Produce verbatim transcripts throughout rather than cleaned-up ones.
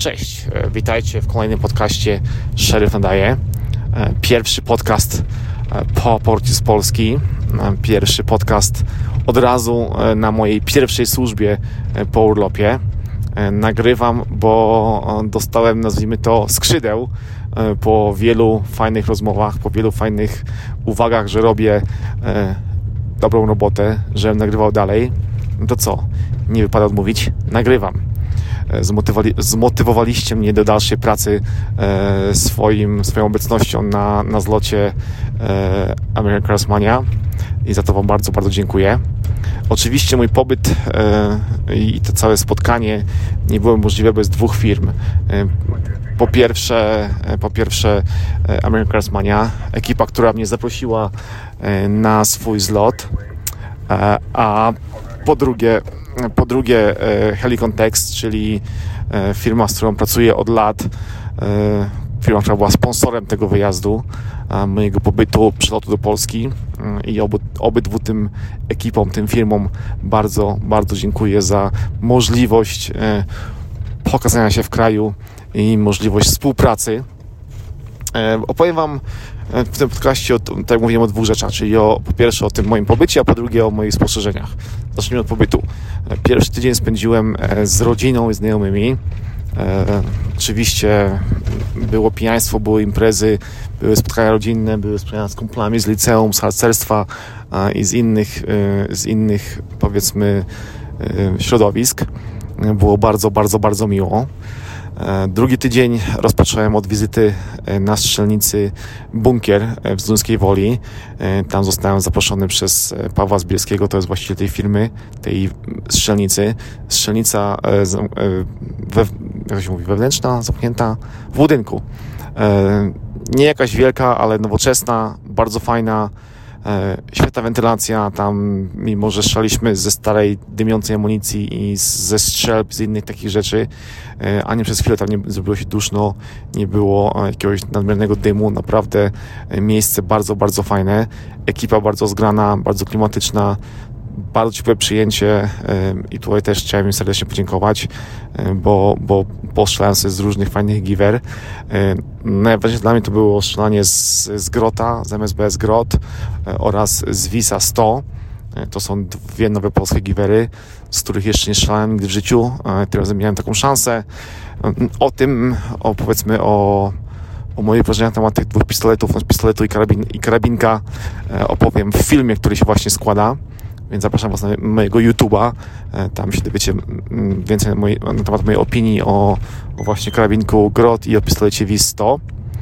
Cześć, witajcie w kolejnym podcaście Szeryf Nadaje. Pierwszy podcast po porcie z Polski. Pierwszy podcast od razu na mojej pierwszej służbie po urlopie. Nagrywam, bo dostałem, nazwijmy to, skrzydeł po wielu fajnych rozmowach, po wielu fajnych uwagach, że robię dobrą robotę, żebym nagrywał dalej. No to co? Nie wypada odmówić. Nagrywam. Zmotywowali, zmotywowaliście mnie do dalszej pracy e, swoim, swoją obecnością na, na zlocie e, American Cars Mania i za to Wam bardzo, bardzo dziękuję. Oczywiście mój pobyt e, i to całe spotkanie nie było możliwe bez dwóch firm. E, po pierwsze, e, po pierwsze e, American Cars Mania, ekipa, która mnie zaprosiła e, na swój zlot, e, a po drugie Po drugie Helicon Text, czyli firma, z którą pracuję od lat, firma, która była sponsorem tego wyjazdu, mojego pobytu, przylotu do Polski, i obu, obydwu tym ekipom, tym firmom bardzo, bardzo dziękuję za możliwość pokazania się w kraju i możliwość współpracy. Opowiem Wam w tym podcaście, o, tak jak mówiłem, o dwóch rzeczach, czyli o, po pierwsze o tym moim pobycie, a po drugie o moich spostrzeżeniach. Zacznijmy od pobytu. Pierwszy tydzień spędziłem z rodziną i znajomymi. E, oczywiście było pijaństwo, były imprezy, były spotkania rodzinne, były spotkania z kumplami z liceum, z harcerstwa e, i z innych, e, z innych, powiedzmy, e, środowisk. Było bardzo, bardzo, bardzo miło. Drugi tydzień rozpocząłem od wizyty na strzelnicy Bunkier w Zduńskiej Woli. Tam zostałem zaproszony przez Pawła Zbielskiego, to jest właściciel tej firmy, tej strzelnicy. Strzelnica we, jak się mówi, wewnętrzna, zamknięta w budynku. Nie jakaś wielka, ale nowoczesna, bardzo fajna. Świetna wentylacja, tam mimo, że strzelaliśmy ze starej, dymiącej amunicji i ze strzelb, z innych takich rzeczy, ani przez chwilę tam nie zrobiło się duszno, nie było jakiegoś nadmiernego dymu, naprawdę miejsce bardzo, bardzo fajne, ekipa bardzo zgrana, bardzo klimatyczna, bardzo ciepłe przyjęcie i tutaj też chciałem im serdecznie podziękować, bo, bo postrzelałem sobie z różnych fajnych giwer. Najważniejsze dla mnie to było strzelanie z, z Grota, z M S B S Grot oraz z Wisa sto. To są dwie nowe polskie giwery, z których jeszcze nie strzelałem nigdy w życiu. Tym razem miałem taką szansę. O tym, o, powiedzmy o O moich wrażeniach na temat tych dwóch pistoletów, no, pistoletu i, karabin, i karabinka opowiem w filmie, który się właśnie składa. Więc zapraszam Was na mojego YouTube'a. Tam się dowiecie więcej na, mojej, na temat mojej opinii o, o właśnie karabinku Grot i o pistolecie Wis sto.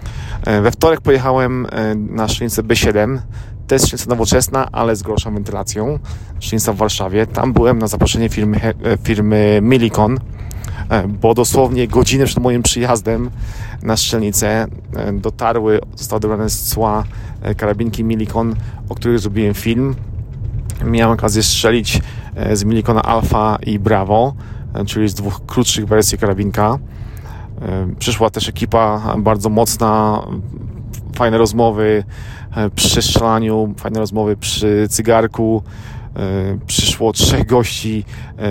We wtorek pojechałem na strzelnicę B siedem. To jest strzelnica nowoczesna, ale z gorszą wentylacją. Strzelnica w Warszawie. Tam byłem na zaproszenie firmy, firmy Millicon, bo dosłownie godzinę przed moim przyjazdem na strzelnicę dotarły, zostały odebrane z cła karabinki Millicon, o których zrobiłem film. Miałem okazję strzelić z Millicona Alpha i Bravo, czyli z dwóch krótszych wersji karabinka. Przyszła też ekipa bardzo mocna, fajne rozmowy przy strzelaniu, fajne rozmowy przy cygarku. Przyszło trzech gości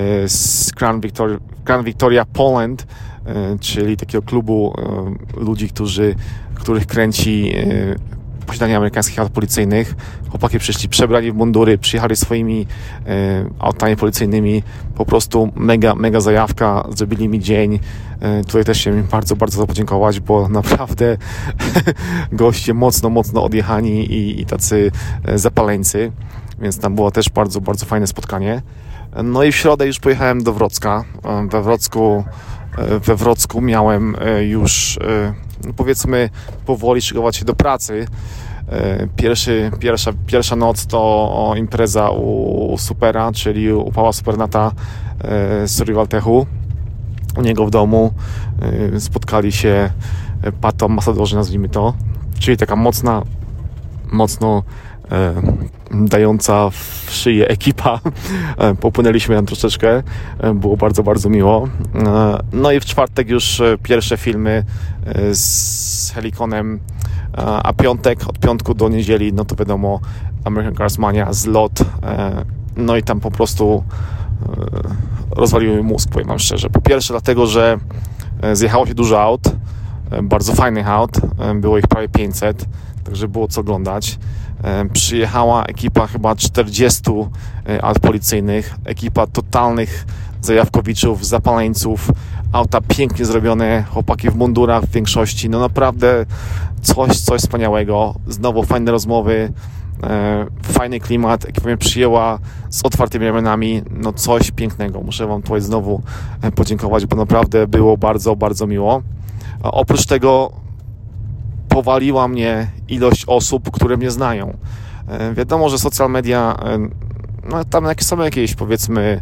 z Crown Victoria, Crown Victoria Poland, czyli takiego klubu ludzi, którzy, których kręci posiadanie amerykańskich aut policyjnych. Chłopaki przyszli przebrani w mundury, przyjechali swoimi e, autami policyjnymi. Po prostu mega, mega zajawka. Zrobili mi dzień. E, tutaj też chciałem im bardzo, bardzo podziękować, bo naprawdę goście mocno, mocno odjechani i, i tacy zapaleńcy. Więc tam było też bardzo, bardzo fajne spotkanie. No i w środę już pojechałem do Wrocka. We Wrocku, we Wrocku miałem już, powiedzmy, powoli szykować się do pracy. Pierwszy, pierwsza, pierwsza noc to impreza u Supera, czyli u Pawła Supernata z Survival Techu. U niego w domu spotkali się pato ambasadorzy, nazwijmy to, czyli taka mocna, mocno e, dająca w szyję ekipa. E, popłynęliśmy tam troszeczkę, e, było bardzo, bardzo miło. E, no i w czwartek już pierwsze filmy e, z Heliconem, e, a piątek, od piątku do niedzieli, no to wiadomo, American Cars Mania, zlot, e, no i tam po prostu e, rozwaliły mi mózg, powiem wam szczerze. Po pierwsze dlatego, że Zjechało się dużo aut, bardzo fajnych aut, było ich prawie pięćset, także było co oglądać. Przyjechała ekipa chyba czterdziestu aut policyjnych, ekipa totalnych zajawkowiczów, zapaleńców, auta pięknie zrobione, chłopaki w mundurach w większości, no naprawdę coś, coś wspaniałego. Znowu fajne rozmowy, e, fajny klimat, ekipa mnie przyjęła z otwartymi ramionami, no coś pięknego. Muszę wam tutaj znowu podziękować, bo naprawdę było bardzo, bardzo miło. A oprócz tego powaliła mnie ilość osób, które mnie znają. E, wiadomo, że social media, e, no tam są jakieś, powiedzmy,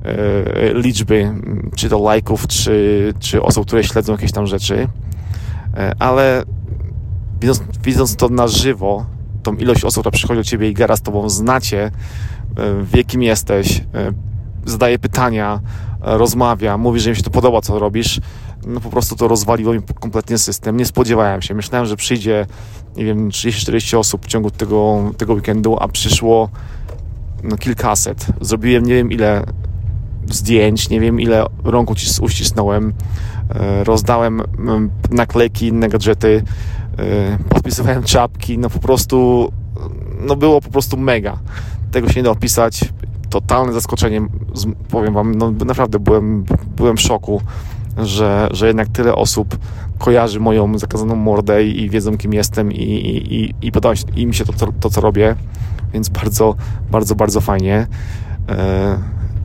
e, liczby, czy to lajków, czy, czy osób, które śledzą jakieś tam rzeczy, e, ale widząc, widząc to na żywo, tą ilość osób, która przychodzi do ciebie i gada z tobą, znacie, e, wie kim jesteś, e, zadaje pytania, e, rozmawia, mówi, że im się to podoba, co robisz, no po prostu to rozwaliło mi kompletnie system. Nie spodziewałem się. Myślałem, że przyjdzie, nie wiem, trzydzieści czterdzieści osób w ciągu tego, tego weekendu, a przyszło no, kilkaset. Zrobiłem nie wiem ile zdjęć, nie wiem ile rąk uścisnąłem, e, rozdałem naklejki, inne gadżety, e, podpisywałem czapki, no po prostu no było po prostu mega. Tego się nie da opisać. Totalne zaskoczenie, powiem wam, no naprawdę byłem, byłem w szoku, że, że jednak tyle osób kojarzy moją zakazaną mordę i, i wiedzą kim jestem i, i, i, i podoba się, im się to, to, to, co robię, więc bardzo, bardzo, bardzo fajnie. E,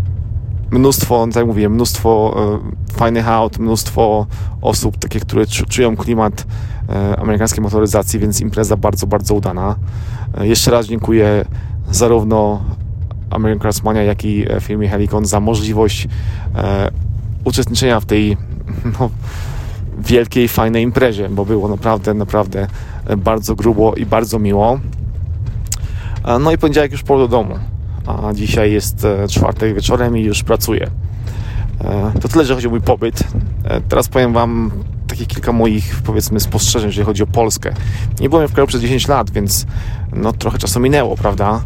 mnóstwo, tak jak mówię, mnóstwo e, fajnych aut, mnóstwo osób, takie, które czują klimat e, amerykańskiej motoryzacji, więc impreza bardzo, bardzo udana. E, jeszcze raz dziękuję zarówno American Cars Mania, jak i firmie Helicon za możliwość e, uczestniczenia w tej no, wielkiej, fajnej imprezie, bo było naprawdę, naprawdę bardzo grubo i bardzo miło. No i poniedziałek już poszedł do domu, a dzisiaj jest czwartek wieczorem i już pracuję. To tyle, że chodzi o mój pobyt. Teraz powiem wam takie kilka moich, powiedzmy, spostrzeżeń, jeżeli chodzi o Polskę. Nie byłem w kraju przez dziesięć lat, więc no trochę czasu minęło, prawda?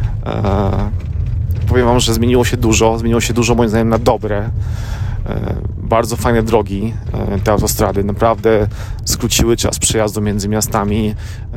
Powiem wam, że zmieniło się dużo, zmieniło się dużo moim zdaniem na dobre. Bardzo fajne drogi, te autostrady naprawdę skróciły czas przejazdu między miastami,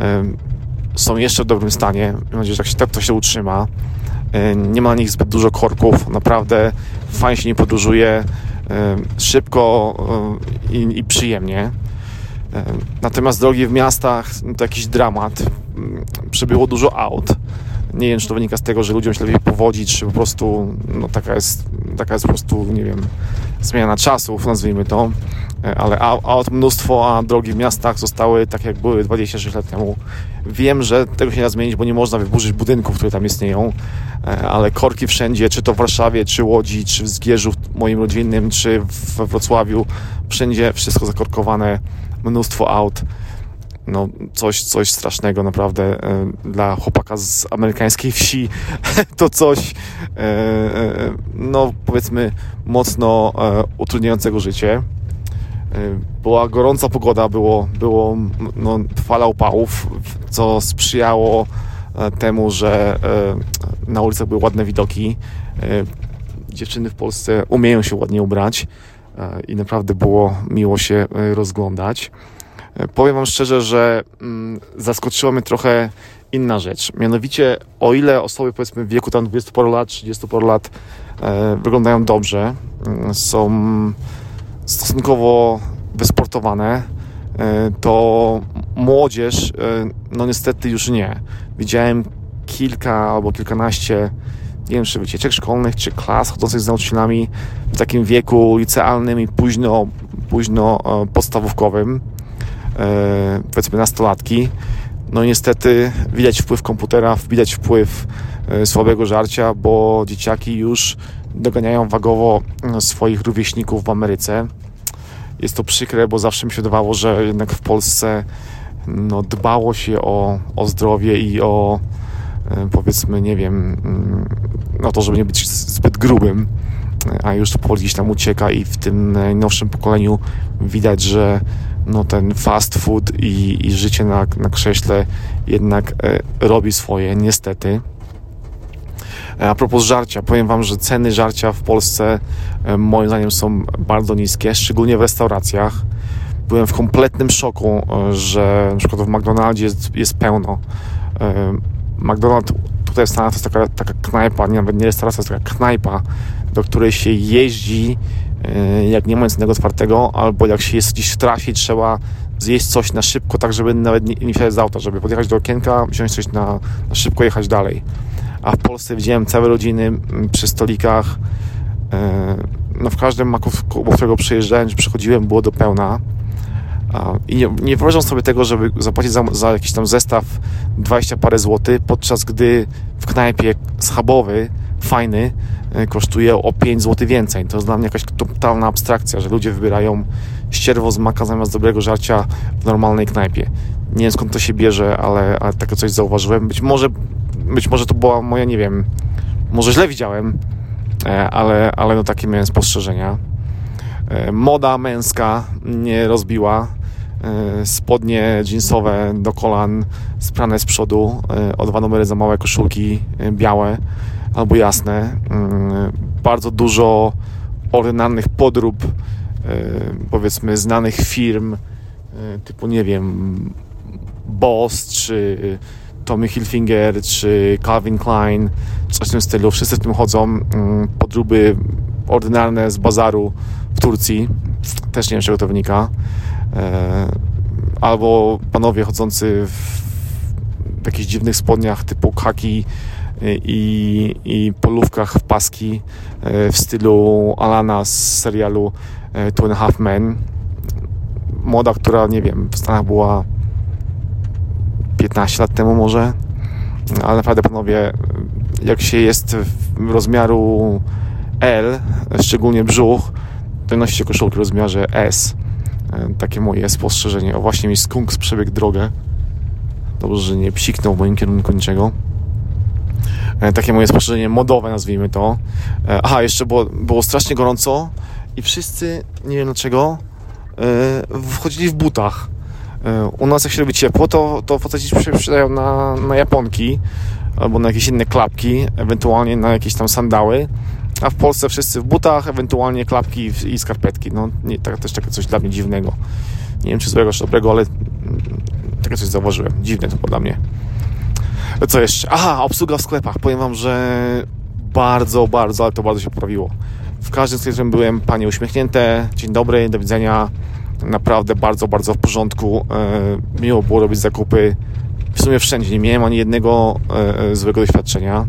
są jeszcze w dobrym stanie, mam nadzieję, że tak się, tak to się utrzyma. Nie ma na nich zbyt dużo korków, naprawdę fajnie się nie podróżuje, szybko i, i przyjemnie. Natomiast drogi w miastach to jakiś dramat, przybyło dużo aut. Nie wiem, czy to wynika z tego, że ludziom się lepiej powodzi, czy po prostu no, taka jest, taka jest po prostu, nie wiem, zmiana czasów, nazwijmy to, ale aut mnóstwo, a drogi w miastach zostały tak, jak były dwadzieścia sześć lat temu. Wiem, że tego się nie da zmienić, bo nie można wyburzyć budynków, które tam istnieją, ale korki wszędzie, czy to w Warszawie, czy Łodzi, czy w Zgierzu moim rodzinnym, czy we Wrocławiu, wszędzie wszystko zakorkowane, mnóstwo aut. No coś, coś strasznego naprawdę e, dla chłopaka z amerykańskiej wsi to coś e, e, no powiedzmy mocno e, utrudniającego życie. E, była gorąca pogoda, było, było no, fala upałów, co sprzyjało e, temu, że e, na ulicach były ładne widoki. E, dziewczyny w Polsce umieją się ładnie ubrać e, i naprawdę było miło się e, rozglądać. Powiem wam szczerze, że mm, zaskoczyła mnie trochę inna rzecz. Mianowicie, o ile osoby powiedzmy w wieku tam dwudziestu paru lat, trzydziestu paru lat e, wyglądają dobrze, e, są stosunkowo wysportowane, e, to młodzież, e, no niestety już nie. Widziałem kilka albo kilkanaście, nie wiem, czy wycieczek szkolnych, czy klas chodzących z nauczycielami w takim wieku licealnym i późno, późno e, podstawówkowym. E, powiedzmy nastolatki. No niestety widać wpływ komputera, widać wpływ e, słabego żarcia, bo dzieciaki już doganiają wagowo swoich rówieśników w Ameryce. Jest to przykre, bo zawsze mi się wydawało, że jednak w Polsce no, dbało się o, o zdrowie i o e, powiedzmy, nie wiem, no to, żeby nie być zbyt grubym, a już to powoli gdzieś tam ucieka i w tym najnowszym pokoleniu widać, że no ten fast food i, i życie na, na krześle jednak e, robi swoje, niestety. A propos żarcia, powiem wam, że ceny żarcia w Polsce moim zdaniem są bardzo niskie, szczególnie w restauracjach. Byłem w kompletnym szoku, że na przykład w McDonaldzie jest, jest pełno. McDonald's tutaj w Stanach to jest taka, taka knajpa, nie, nawet nie restauracja, to jest taka knajpa, do której się jeździ, jak nie ma nic innego otwartego, albo jak się jest gdzieś w trasie, trzeba zjeść coś na szybko, tak żeby nawet nie, nie wsiadać z auta, żeby podjechać do okienka, wziąć coś na, na szybko, jechać dalej. A w Polsce widziałem całe rodziny przy stolikach, no w każdym maku, do którego przyjeżdżałem, czy przychodziłem, było do pełna. I nie, nie wyobrażam sobie tego, żeby zapłacić za, za jakiś tam zestaw dwadzieścia parę złotych, podczas gdy w knajpie schabowy, fajny, kosztuje o pięć złotych więcej. To jest dla mnie jakaś totalna abstrakcja, że ludzie wybierają ścierwo z maka zamiast dobrego żarcia w normalnej knajpie. Nie wiem, skąd to się bierze, ale, ale takie coś zauważyłem. Być może, być może to była moja, nie wiem, może źle widziałem, ale, ale no takie miałem spostrzeżenia. Moda męska mnie rozbiła. Spodnie jeansowe do kolan, sprane z przodu, o dwa numery za małe koszulki białe albo jasne. Bardzo dużo ordynarnych podrób, powiedzmy znanych firm typu, nie wiem, Boss, czy Tommy Hilfiger, czy Calvin Klein, coś w tym stylu. Wszyscy w tym chodzą. Podróby ordynarne z bazaru w Turcji. Też nie wiem, z czego to wynika. Albo panowie chodzący w jakichś dziwnych spodniach typu khaki i, i polówkach w paski w stylu Alana z serialu Two and a Half Men. Moda, która, nie wiem, w Stanach była piętnaście lat temu może, ale naprawdę panowie, jak się jest w rozmiaru L, szczególnie brzuch, to nosicie koszulki w rozmiarze S. Takie moje spostrzeżenie. O, właśnie mi skunks przebiegł drogę. Dobrze, że nie psiknął w moim kierunku niczego. Takie moje spostrzeżenie modowe, nazwijmy to. Aha, jeszcze było, było strasznie gorąco i wszyscy, nie wiem dlaczego, wchodzili w butach. U nas jak się robi ciepło, to, to faceci się przydają na, na japonki albo na jakieś inne klapki, ewentualnie na jakieś tam sandały. A w Polsce wszyscy w butach, ewentualnie klapki i skarpetki. No nie, tak, też takie coś dla mnie dziwnego. Nie wiem, czy złego, czy dobrego, ale takie coś zauważyłem. Dziwne to było dla mnie. Co jeszcze? Aha, obsługa w sklepach. Powiem wam, że bardzo, bardzo, ale to bardzo się poprawiło. W każdym sklepie, w którym byłem, panie uśmiechnięte, dzień dobry, do widzenia. Naprawdę bardzo, bardzo w porządku. E, miło było robić zakupy. W sumie wszędzie. Nie miałem ani jednego e, złego doświadczenia.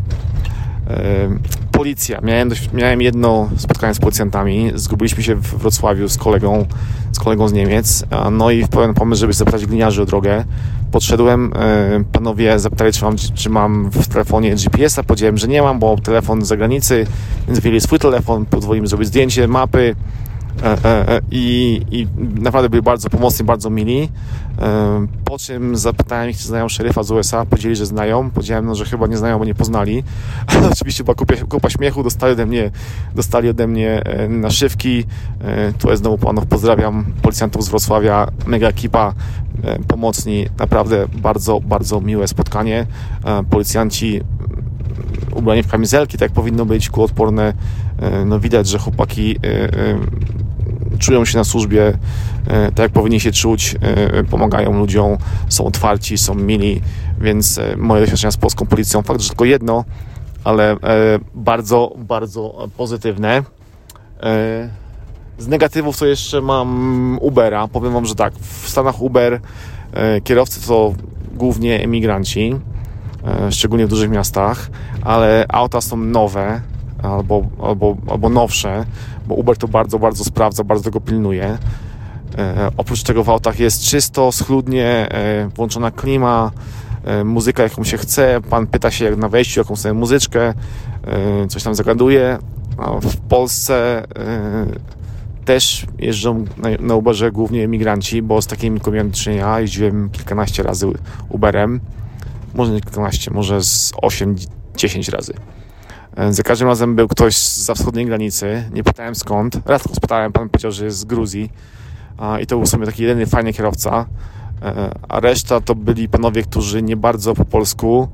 Policja. Miałem, miałem jedno spotkanie z policjantami. Zgubiliśmy się w Wrocławiu z kolegą, z kolegą z Niemiec. No i wpadłem na pomysł, żeby zapytać gliniarzy o drogę. Podszedłem, panowie zapytali, czy mam, czy mam w telefonie G P S a. Powiedziałem, że nie mam, bo telefon z zagranicy, więc wyjęli swój telefon, pozwolili mi zrobić zdjęcie, mapy. I, i naprawdę byli bardzo pomocni, bardzo mili. Po czym zapytałem ich, czy znają szeryfa z U S A. Powiedzieli, że znają. Powiedziałem, no, że chyba nie znają, bo nie poznali. Ale oczywiście była kupa, kupa śmiechu. Dostali ode mnie, dostali ode mnie naszywki. Tu jest znowu panów, pozdrawiam policjantów z Wrocławia. Mega ekipa, pomocni. Naprawdę bardzo, bardzo miłe spotkanie. Policjanci ubrani w kamizelki, tak jak powinno być, kuloodporne. No widać, że chłopaki czują się na służbie tak jak powinni się czuć, pomagają ludziom, są otwarci, są mili, więc moje doświadczenia z polską policją, fakt, że tylko jedno, ale bardzo, bardzo pozytywne. Z negatywów to jeszcze mam Ubera. Powiem wam, że tak, w Stanach Uber kierowcy to głównie emigranci, szczególnie w dużych miastach, ale auta są nowe albo, albo, albo nowsze, bo Uber to bardzo, bardzo sprawdza, bardzo tego pilnuje. E, oprócz tego w autach jest czysto, schludnie, e, włączona klima, e, muzyka jaką się chce, pan pyta się jak na wejściu, jaką sobie muzyczkę, e, coś tam zagaduje. A w Polsce e, też jeżdżą na, na Uberze głównie emigranci, bo z takimi miałem do czynienia, jeździłem kilkanaście razy Uberem, może nie kilkanaście, może z osiem dziesięć razy. Za każdym razem był ktoś zza wschodniej granicy, nie pytałem skąd, raz go spytałem, pan powiedział, że jest z Gruzji i to był w sumie taki jedyny fajny kierowca, a reszta to byli panowie, którzy nie bardzo po polsku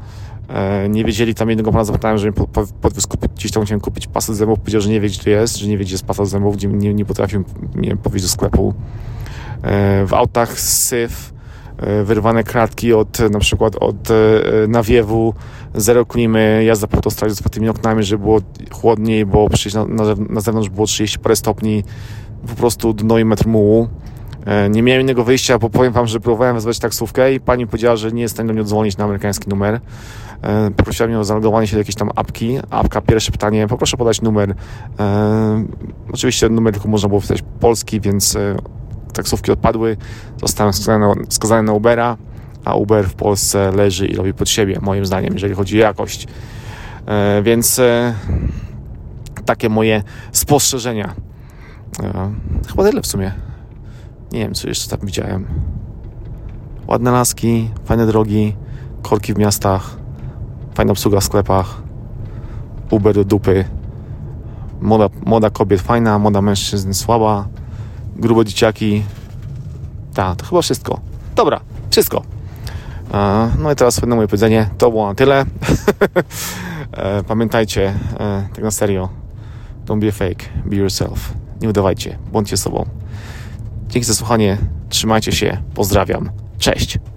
Nie wiedzieli, tam jednego pana zapytałem, że mi podwiózł kupić, gdzieś tam chciałem kupić pastę do zębów, powiedział, że nie wie, gdzie to jest, że nie wie, gdzie jest pasta do zębów, gdzie nie, nie potrafił mnie powieźć do sklepu. W autach syf, wyrwane kratki od, na przykład od nawiewu, zero klimy, jazda po autostradzie z otwartymi oknami, żeby było chłodniej, bo przecież na, na, na zewnątrz było trzydzieści parę stopni, po prostu dno i metr mułu. Nie miałem innego wyjścia, bo powiem wam, że próbowałem wezwać taksówkę i pani powiedziała, że nie jest w stanie do mnie odzwonić na amerykański numer. Poprosiła mnie o zalogowanie się do jakiejś tam apki. Apka, pierwsze pytanie, poproszę podać numer. Oczywiście numer tylko można było wpisać polski, więc taksówki odpadły. Zostałem skazany na, skazany na Ubera, a Uber w Polsce leży i robi pod siebie, moim zdaniem, jeżeli chodzi o jakość. Więc takie moje spostrzeżenia. Chyba tyle w sumie. Nie wiem, co jeszcze tam widziałem. Ładne laski, fajne drogi, korki w miastach, fajna obsługa w sklepach, Uber do dupy, moda, moda kobiet fajna, moda mężczyzn słaba, grube dzieciaki. Tak, to chyba wszystko. Dobra, wszystko. No i teraz na moje powiedzenie. To było na tyle. Pamiętajcie, tak na serio, don't be a fake, be yourself. Nie udawajcie, bądźcie sobą. Dzięki za słuchanie, trzymajcie się, pozdrawiam, cześć!